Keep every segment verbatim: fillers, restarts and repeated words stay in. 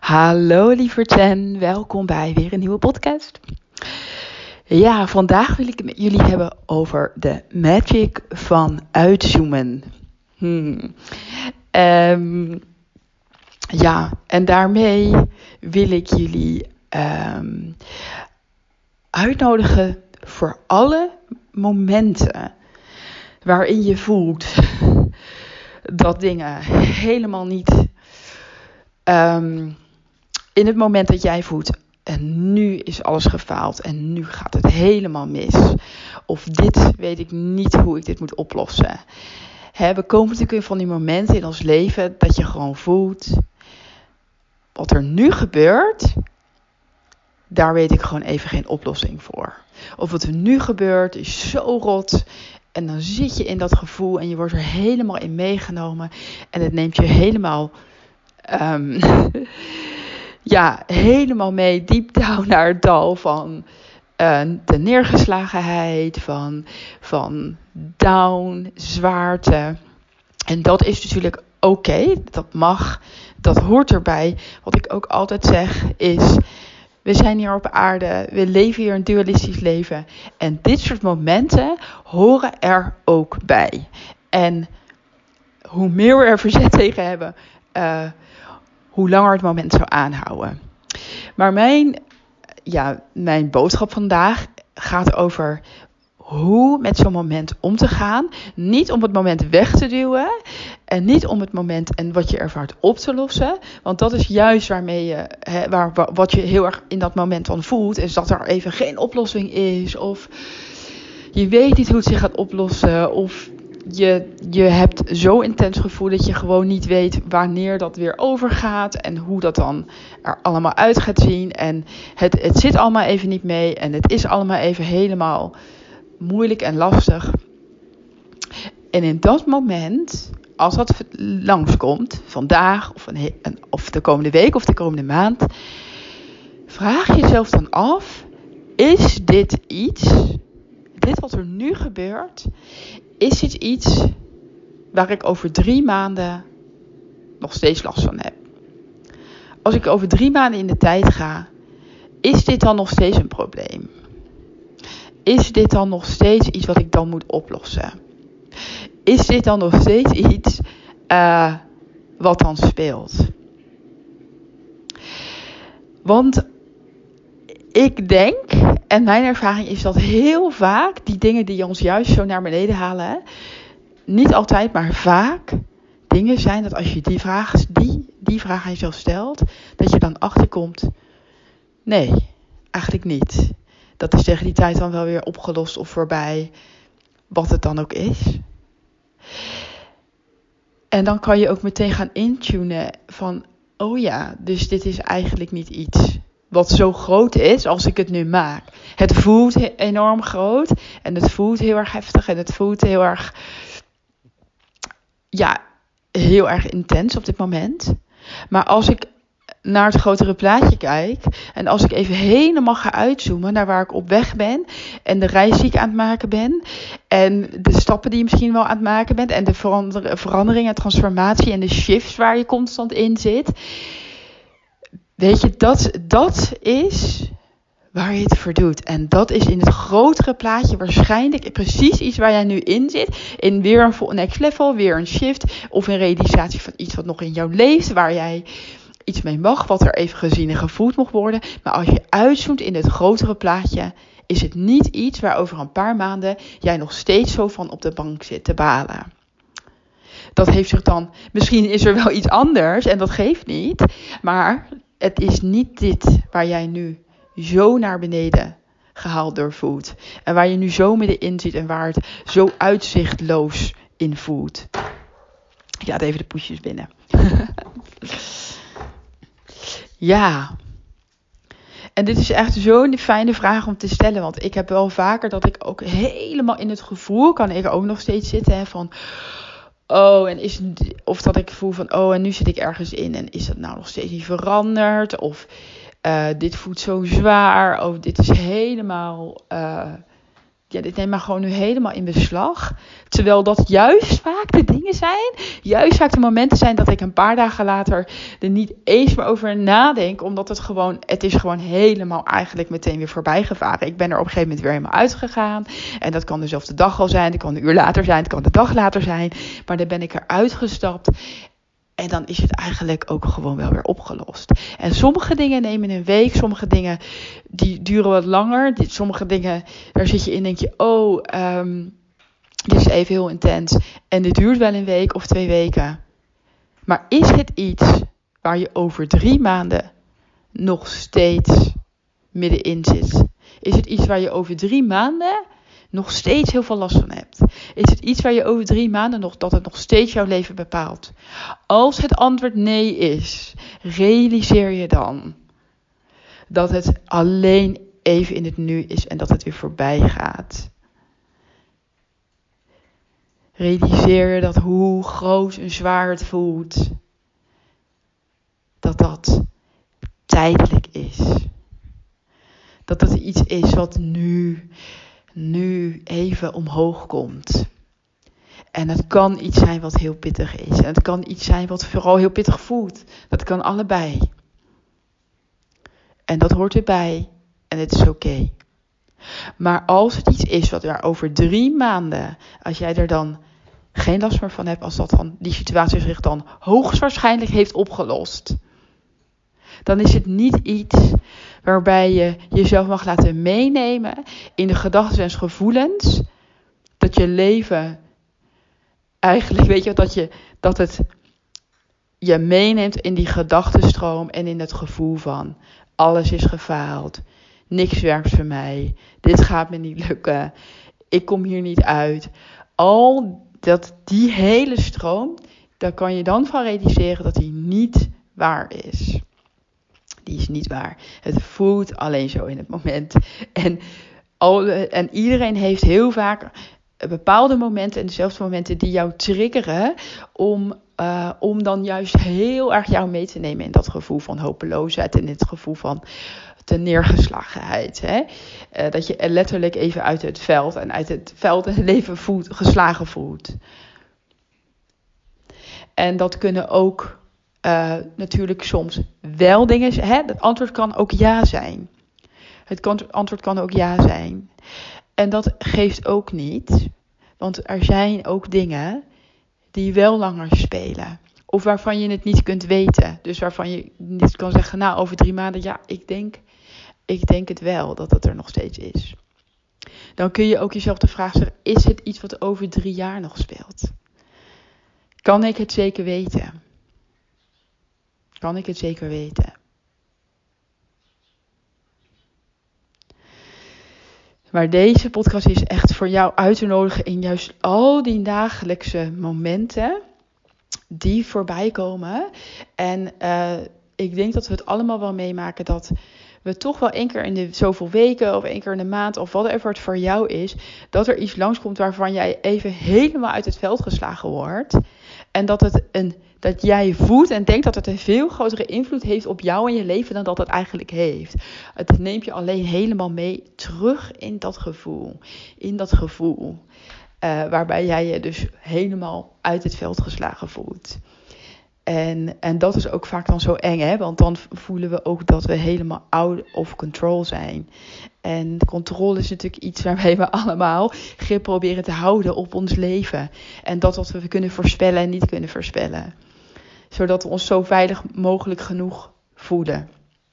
Hallo lieverten, welkom bij weer een nieuwe podcast. Ja, vandaag wil ik het met jullie hebben over de magic van uitzoomen. Hmm. Um, ja, en daarmee wil ik jullie um, uitnodigen voor alle momenten waarin je voelt dat dingen helemaal niet... Um, in het moment dat jij voelt, en nu is alles gefaald en nu gaat het helemaal mis. Of dit weet ik niet hoe ik dit moet oplossen. He, we komen natuurlijk in van die momenten in ons leven dat je gewoon voelt, wat er nu gebeurt, daar weet ik gewoon even geen oplossing voor. Of wat er nu gebeurt is zo rot. En dan zit je in dat gevoel en je wordt er helemaal in meegenomen. En het neemt je helemaal... Um, Ja, helemaal mee, diep down naar het dal van uh, de neergeslagenheid, van, van down, zwaarte. En dat is natuurlijk oké, okay, dat mag, dat hoort erbij. Wat ik ook altijd zeg is, we zijn hier op aarde, we leven hier een dualistisch leven. En dit soort momenten horen er ook bij. En hoe meer we er verzet tegen hebben... Uh, hoe langer het moment zou aanhouden. Maar mijn, ja, mijn boodschap vandaag gaat over hoe met zo'n moment om te gaan. Niet om het moment weg te duwen. En niet om het moment en wat je ervaart op te lossen. Want dat is juist waarmee je, hè, waar, wat je heel erg in dat moment dan voelt. Is dat er even geen oplossing is. Of je weet niet hoe het zich gaat oplossen. Of... Je, je hebt zo intens gevoel dat je gewoon niet weet wanneer dat weer overgaat. En hoe dat dan er allemaal uit gaat zien. En het, het zit allemaal even niet mee. En het is allemaal even helemaal moeilijk en lastig. En in dat moment, als dat langskomt, vandaag of, een, een, of de komende week of de komende maand. Vraag jezelf dan af, is dit iets, dit wat er nu gebeurt... Is dit iets waar ik over drie maanden nog steeds last van heb? Als ik over drie maanden in de tijd ga, is dit dan nog steeds een probleem? Is dit dan nog steeds iets wat ik dan moet oplossen? Is dit dan nog steeds iets uh, wat dan speelt? Want ik denk, en mijn ervaring is dat heel vaak die dingen die ons juist zo naar beneden halen, niet altijd, maar vaak dingen zijn dat als je die vraag, die, die vraag aan jezelf stelt, dat je dan achterkomt, nee, eigenlijk niet. Dat is tegen die tijd dan wel weer opgelost of voorbij, wat het dan ook is. En dan kan je ook meteen gaan intunen van, oh ja, dus dit is eigenlijk niet iets wat zo groot is als ik het nu maak. Het voelt enorm groot. En het voelt heel erg heftig. En het voelt heel erg... Ja, heel erg intens op dit moment. Maar als ik naar het grotere plaatje kijk... En als ik even helemaal ga uitzoomen naar waar ik op weg ben... En de reis die ik aan het maken ben... En de stappen die je misschien wel aan het maken bent... En de verander- veranderingen, transformatie en de shifts waar je constant in zit... Weet je, dat, dat is waar je het voor doet. En dat is in het grotere plaatje waarschijnlijk precies iets waar jij nu in zit. In weer een next level, weer een shift. Of een realisatie van iets wat nog in jou leeft. Waar jij iets mee mag, wat er even gezien en gevoeld mag worden. Maar als je uitzoomt in het grotere plaatje, is het niet iets waar over een paar maanden jij nog steeds zo van op de bank zit te balen. Dat heeft zich dan, misschien is er wel iets anders en dat geeft niet. Maar het is niet dit waar jij nu zo naar beneden gehaald door voelt. En waar je nu zo middenin zit en waar het zo uitzichtloos in voelt. Ik laat even de poesjes binnen. Ja. En dit is echt zo'n fijne vraag om te stellen. Want ik heb wel vaker dat ik ook helemaal in het gevoel kan ik ook nog steeds zitten. Hè, van... Oh, en is, of dat ik voel van, oh, en nu zit ik ergens in. En is dat nou nog steeds niet veranderd? Of uh, dit voelt zo zwaar. Of dit is helemaal uh, ja, dit neemt me gewoon nu helemaal in beslag. Terwijl dat juist vaak de dingen zijn. Juist vaak de momenten zijn dat ik een paar dagen later er niet eens meer over nadenk. Omdat het gewoon, het is gewoon helemaal eigenlijk meteen weer voorbij gevaren. Ik ben er op een gegeven moment weer helemaal uitgegaan. En dat kan dezelfde dag al zijn. Het kan een uur later zijn. Het kan de dag later zijn. Maar dan ben ik eruit gestapt. En dan is het eigenlijk ook gewoon wel weer opgelost. En sommige dingen nemen een week. Sommige dingen die duren wat langer. Sommige dingen, daar zit je in en denk je, oh, um, dit is even heel intens. En dit duurt wel een week of twee weken. Maar is het iets waar je over drie maanden nog steeds middenin zit? Is het iets waar je over drie maanden nog steeds heel veel last van hebt? Is het iets waar je over drie maanden nog, dat het nog steeds jouw leven bepaalt? Als het antwoord nee is, realiseer je dan dat het alleen even in het nu is en dat het weer voorbij gaat. Realiseer je dat hoe groot en zwaar het voelt, dat dat tijdelijk is. Dat dat iets is wat nu, nu even omhoog komt. En het kan iets zijn wat heel pittig is. En het kan iets zijn wat vooral heel pittig voelt. Dat kan allebei. En dat hoort erbij. En het is oké. Okay. Maar als het iets is wat er over drie maanden, als jij er dan geen last meer van hebt, als dat dan, die situatie zich dan hoogstwaarschijnlijk heeft opgelost, dan is het niet iets waarbij je jezelf mag laten meenemen in de gedachten en gevoelens dat je leven eigenlijk, weet je, dat je dat het je meeneemt in die gedachtenstroom en in het gevoel van alles is gefaald, niks werkt voor mij, dit gaat me niet lukken, ik kom hier niet uit. Al dat, die hele stroom, daar kan je dan van realiseren dat die niet waar is. Die is niet waar. Het voelt alleen zo in het moment. En, al, en iedereen heeft heel vaak bepaalde momenten en dezelfde momenten die jou triggeren om, uh, om dan juist heel erg jou mee te nemen in dat gevoel van hopeloosheid en in het gevoel van de neergeslagenheid. Hè? Uh, dat je letterlijk even uit het veld en uit het veld en het leven voelt, geslagen voelt. En dat kunnen ook uh, natuurlijk soms wel dingen zijn. Hè? Het antwoord kan ook ja zijn. Het antwoord kan ook ja zijn. En dat geeft ook niet. Want er zijn ook dingen die wel langer spelen. Of waarvan je het niet kunt weten. Dus waarvan je niet kan zeggen, nou over drie maanden, ja, ik denk, ik denk het wel dat het er nog steeds is. Dan kun je ook jezelf de vraag stellen, is het iets wat over drie jaar nog speelt? Kan ik het zeker weten? Kan ik het zeker weten? Maar deze podcast is echt voor jou uit te nodigen in juist al die dagelijkse momenten die voorbij komen. En uh, ik denk dat we het allemaal wel meemaken dat we toch wel één keer in de zoveel weken of één keer in de maand of whatever het voor jou is, dat er iets langskomt waarvan jij even helemaal uit het veld geslagen wordt. En dat het een, dat jij voelt en denkt dat het een veel grotere invloed heeft op jou en je leven dan dat het eigenlijk heeft. Het neemt je alleen helemaal mee terug in dat gevoel. In dat gevoel. Uh, waarbij jij je dus helemaal uit het veld geslagen voelt. En, en dat is ook vaak dan zo eng, hè? Want dan voelen we ook dat we helemaal out of control zijn. En controle is natuurlijk iets waarmee we allemaal grip proberen te houden op ons leven. En dat wat we kunnen voorspellen en niet kunnen voorspellen. Zodat we ons zo veilig mogelijk genoeg voelen.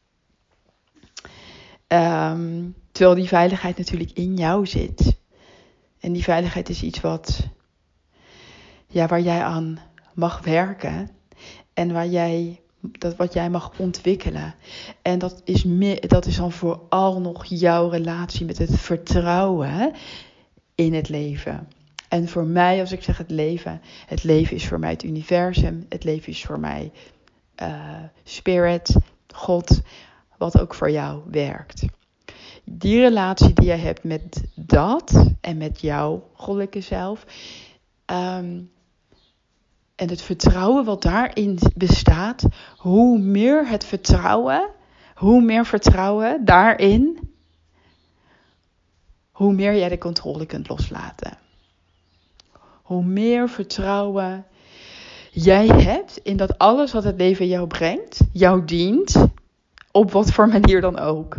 Um, terwijl die veiligheid natuurlijk in jou zit. En die veiligheid is iets wat, ja, waar jij aan mag werken. En waar jij, dat wat jij mag ontwikkelen. En dat is, meer, dat is dan vooral nog jouw relatie met het vertrouwen in het leven. En voor mij, als ik zeg het leven, het leven is voor mij het universum. Het leven is voor mij uh, spirit, God, wat ook voor jou werkt. Die relatie die jij hebt met dat en met jouw goddelijke zelf. Um, En het vertrouwen wat daarin bestaat, hoe meer het vertrouwen, hoe meer vertrouwen daarin, hoe meer jij de controle kunt loslaten. Hoe meer vertrouwen jij hebt in dat alles wat het leven jou brengt, jou dient, op wat voor manier dan ook.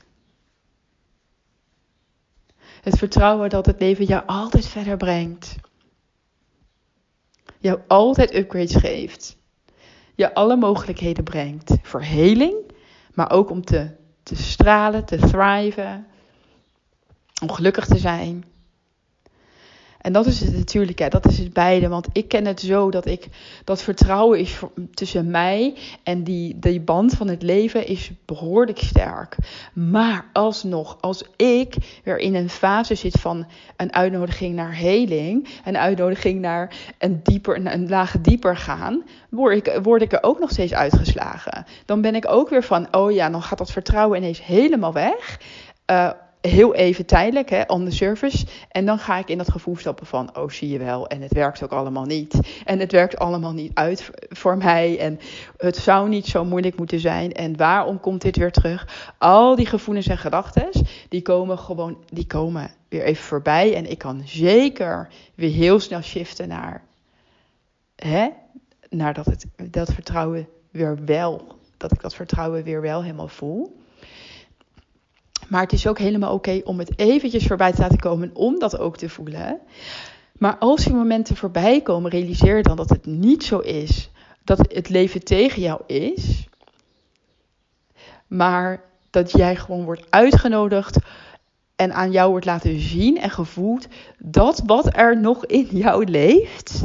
Het vertrouwen dat het leven jou altijd verder brengt. Jou altijd upgrades geeft. Je alle mogelijkheden brengt. Voor heling, maar ook om te, te stralen, te thriven. Om gelukkig te zijn. En dat is het natuurlijk, ja, dat is het beide. Want ik ken het zo dat ik dat vertrouwen is tussen mij en die, die band van het leven is behoorlijk sterk. Maar alsnog, als ik weer in een fase zit van een uitnodiging naar heling, een uitnodiging naar een dieper, een laag dieper gaan, word ik, word ik er ook nog steeds uitgeslagen. Dan ben ik ook weer van, oh ja, dan gaat dat vertrouwen ineens helemaal weg. Uh, Heel even tijdelijk, hè, on the surface. En dan ga ik in dat gevoel stappen van, oh zie je wel. En het werkt ook allemaal niet. En het werkt allemaal niet uit voor mij. En het zou niet zo moeilijk moeten zijn. En waarom komt dit weer terug? Al die gevoelens en gedachten, die komen gewoon, die komen weer even voorbij. En ik kan zeker weer heel snel shiften naar, hè, naar dat, het, dat vertrouwen weer wel, dat ik dat vertrouwen weer wel helemaal voel. Maar het is ook helemaal oké okay om het eventjes voorbij te laten komen om dat ook te voelen. Maar als die momenten voorbij komen, realiseer dan dat het niet zo is dat het leven tegen jou is. Maar dat jij gewoon wordt uitgenodigd en aan jou wordt laten zien en gevoeld dat wat er nog in jou leeft,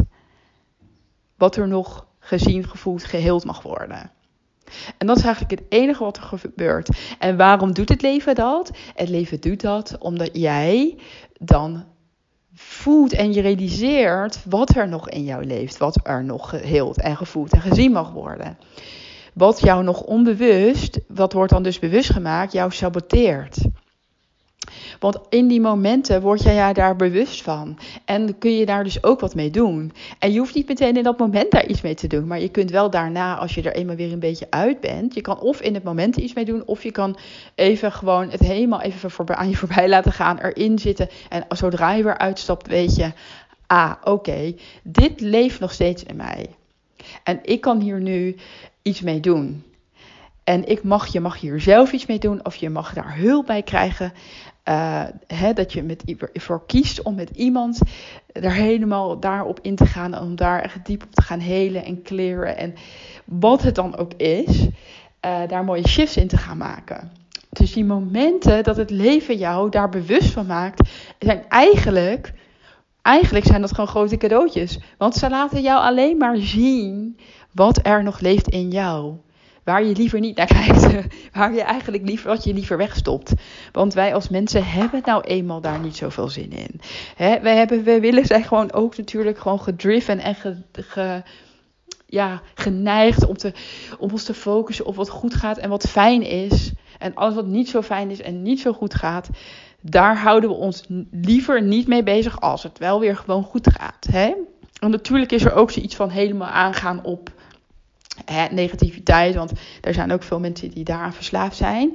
wat er nog gezien, gevoeld, geheeld mag worden. En dat is eigenlijk het enige wat er gebeurt. En waarom doet het leven dat? Het leven doet dat omdat jij dan voelt en je realiseert wat er nog in jou leeft. Wat er nog geheeld en gevoeld en gezien mag worden. Wat jou nog onbewust, wat wordt dan dus bewust gemaakt, jou saboteert. Want in die momenten word jij ja daar bewust van. En kun je daar dus ook wat mee doen. En je hoeft niet meteen in dat moment daar iets mee te doen. Maar je kunt wel daarna, als je er eenmaal weer een beetje uit bent. Je kan of in het moment iets mee doen. Of je kan even gewoon het helemaal even voorbij, aan je voorbij laten gaan. Erin zitten. En zodra je weer uitstapt weet je. Ah, oké. Okay, dit leeft nog steeds in mij. En ik kan hier nu iets mee doen. En ik mag, je mag hier zelf iets mee doen. Of je mag daar hulp bij krijgen. Uh, hè, dat je met, voor kiest om met iemand er helemaal daarop in te gaan. Om daar echt diep op te gaan helen en clearen. En wat het dan ook is. Uh, daar mooie shifts in te gaan maken. Dus die momenten dat het leven jou daar bewust van maakt. Zijn eigenlijk, eigenlijk zijn dat gewoon grote cadeautjes. Want ze laten jou alleen maar zien wat er nog leeft in jou. Waar je liever niet naar kijkt. Waar je eigenlijk liever, wat je liever wegstopt. Want wij als mensen hebben nou eenmaal daar niet zoveel zin in. Hè, wij, hebben, wij willen zijn gewoon ook natuurlijk gewoon gedriven en ge, ge, ja, geneigd om, te, om ons te focussen op wat goed gaat en wat fijn is. En alles wat niet zo fijn is en niet zo goed gaat. Daar houden we ons liever niet mee bezig als het wel weer gewoon goed gaat. Hè? En natuurlijk is er ook zoiets van helemaal aangaan op Hè, negativiteit, want er zijn ook veel mensen die daaraan verslaafd zijn.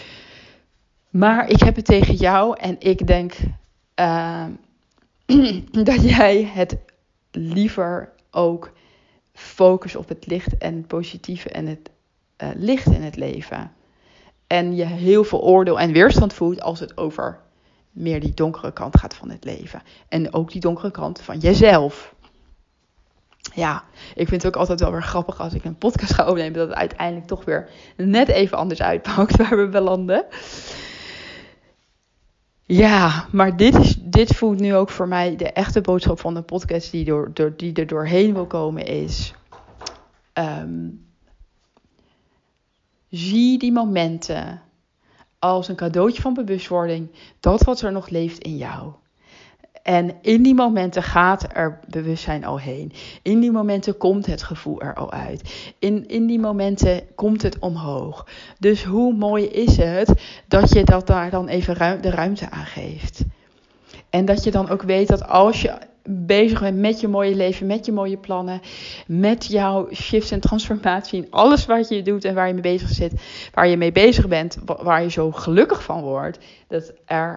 Maar ik heb het tegen jou en ik denk uh, dat jij het liever ook focust op het licht en het positieve en het uh, licht in het leven. En je heel veel oordeel en weerstand voelt als het over meer die donkere kant gaat van het leven. En ook die donkere kant van jezelf. Ja, ik vind het ook altijd wel weer grappig als ik een podcast ga opnemen, dat het uiteindelijk toch weer net even anders uitpakt waar we belanden. Ja, maar dit, is, dit voelt nu ook voor mij de echte boodschap van de podcast die, door, door, die er doorheen wil komen is. Um, zie die momenten als een cadeautje van bewustwording, dat wat er nog leeft in jou. En in die momenten gaat er bewustzijn al heen. In die momenten komt het gevoel er al uit. In, in die momenten komt het omhoog. Dus hoe mooi is het dat je dat daar dan even ruim, de ruimte aan geeft. En dat je dan ook weet dat als je bezig bent met je mooie leven, met je mooie plannen, met jouw shifts en transformatie, alles wat je doet en waar je mee bezig zit, waar je mee bezig bent, waar je zo gelukkig van wordt, dat er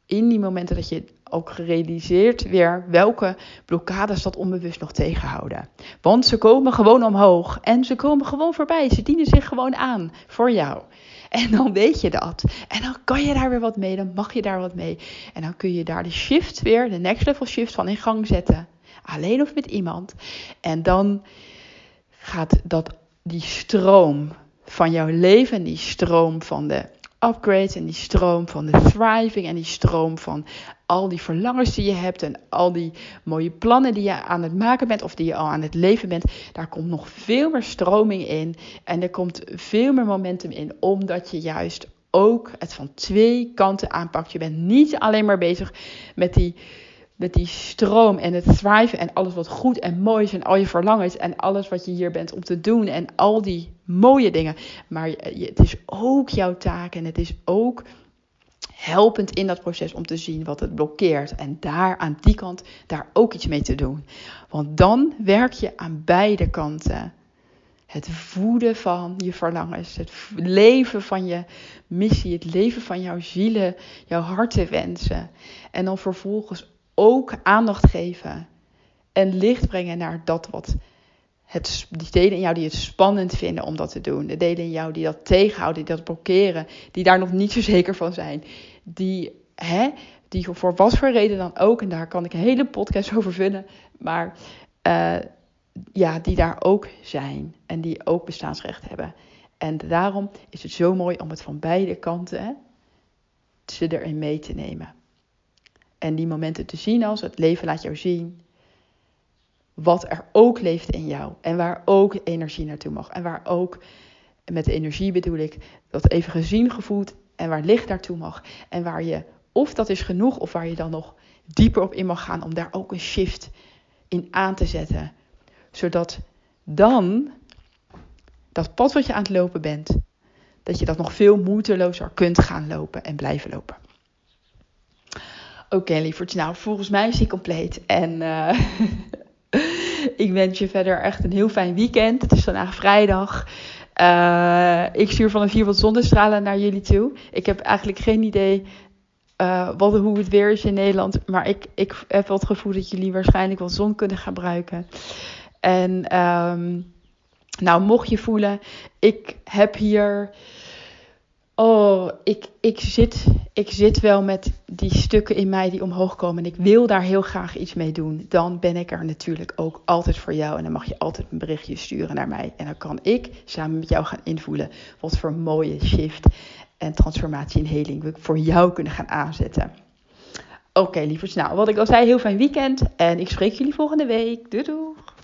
in die momenten dat je ook gerealiseerd weer welke blokkades dat onbewust nog tegenhouden. Want ze komen gewoon omhoog en ze komen gewoon voorbij. Ze dienen zich gewoon aan voor jou. En dan weet je dat. En dan kan je daar weer wat mee, dan mag je daar wat mee. En dan kun je daar de shift weer, de next level shift van in gang zetten. Alleen of met iemand. En dan gaat dat, die stroom van jouw leven, die stroom van de upgrades en die stroom van de thriving en die stroom van al die verlangens die je hebt en al die mooie plannen die je aan het maken bent of die je al aan het leven bent, daar komt nog veel meer stroming in en er komt veel meer momentum in, omdat je juist ook het van twee kanten aanpakt. Je bent niet alleen maar bezig met die Met die stroom en het thriven en alles wat goed en mooi is en al je verlangens en alles wat je hier bent om te doen en al die mooie dingen. Maar het is ook jouw taak en het is ook helpend in dat proces om te zien wat het blokkeert. En daar aan die kant daar ook iets mee te doen. Want dan werk je aan beide kanten. Het voeden van je verlangens, het leven van je missie, het leven van jouw zielen, jouw hartenwensen. En dan vervolgens ook aandacht geven en licht brengen naar dat wat het, die delen in jou die het spannend vinden om dat te doen. De delen in jou die dat tegenhouden, die dat blokkeren, die daar nog niet zo zeker van zijn. Die, hè, die voor wat voor reden dan ook, en daar kan ik een hele podcast over vullen, maar uh, ja, die daar ook zijn en die ook bestaansrecht hebben. En daarom is het zo mooi om het van beide kanten hè, ze erin mee te nemen. En die momenten te zien als het leven laat jou zien wat er ook leeft in jou. En waar ook energie naartoe mag. En waar ook, met energie bedoel ik, dat even gezien, gevoeld en waar licht naartoe mag. En waar je, of dat is genoeg, of waar je dan nog dieper op in mag gaan om daar ook een shift in aan te zetten. Zodat dan, dat pad wat je aan het lopen bent, dat je dat nog veel moeitelozer kunt gaan lopen en blijven lopen. Oké, okay, lieverds. Nou, volgens mij is die compleet. En uh, ik wens je verder echt een heel fijn weekend. Het is vandaag vrijdag. Uh, ik stuur van een vier wat zonnestralen naar jullie toe. Ik heb eigenlijk geen idee uh, wat, hoe het weer is in Nederland. Maar ik, ik heb wel het gevoel dat jullie waarschijnlijk wat zon kunnen gebruiken. En um, nou, mocht je voelen, ik heb hier... Oh, ik, ik, zit, ik zit wel met die stukken in mij die omhoog komen. En ik wil daar heel graag iets mee doen. Dan ben ik er natuurlijk ook altijd voor jou. En dan mag je altijd een berichtje sturen naar mij. En dan kan ik samen met jou gaan invoelen wat voor mooie shift en transformatie en heling we voor jou kunnen gaan aanzetten. Oké, okay, lieverds. Nou, wat ik al zei, heel fijn weekend. En ik spreek jullie volgende week. Doei doei.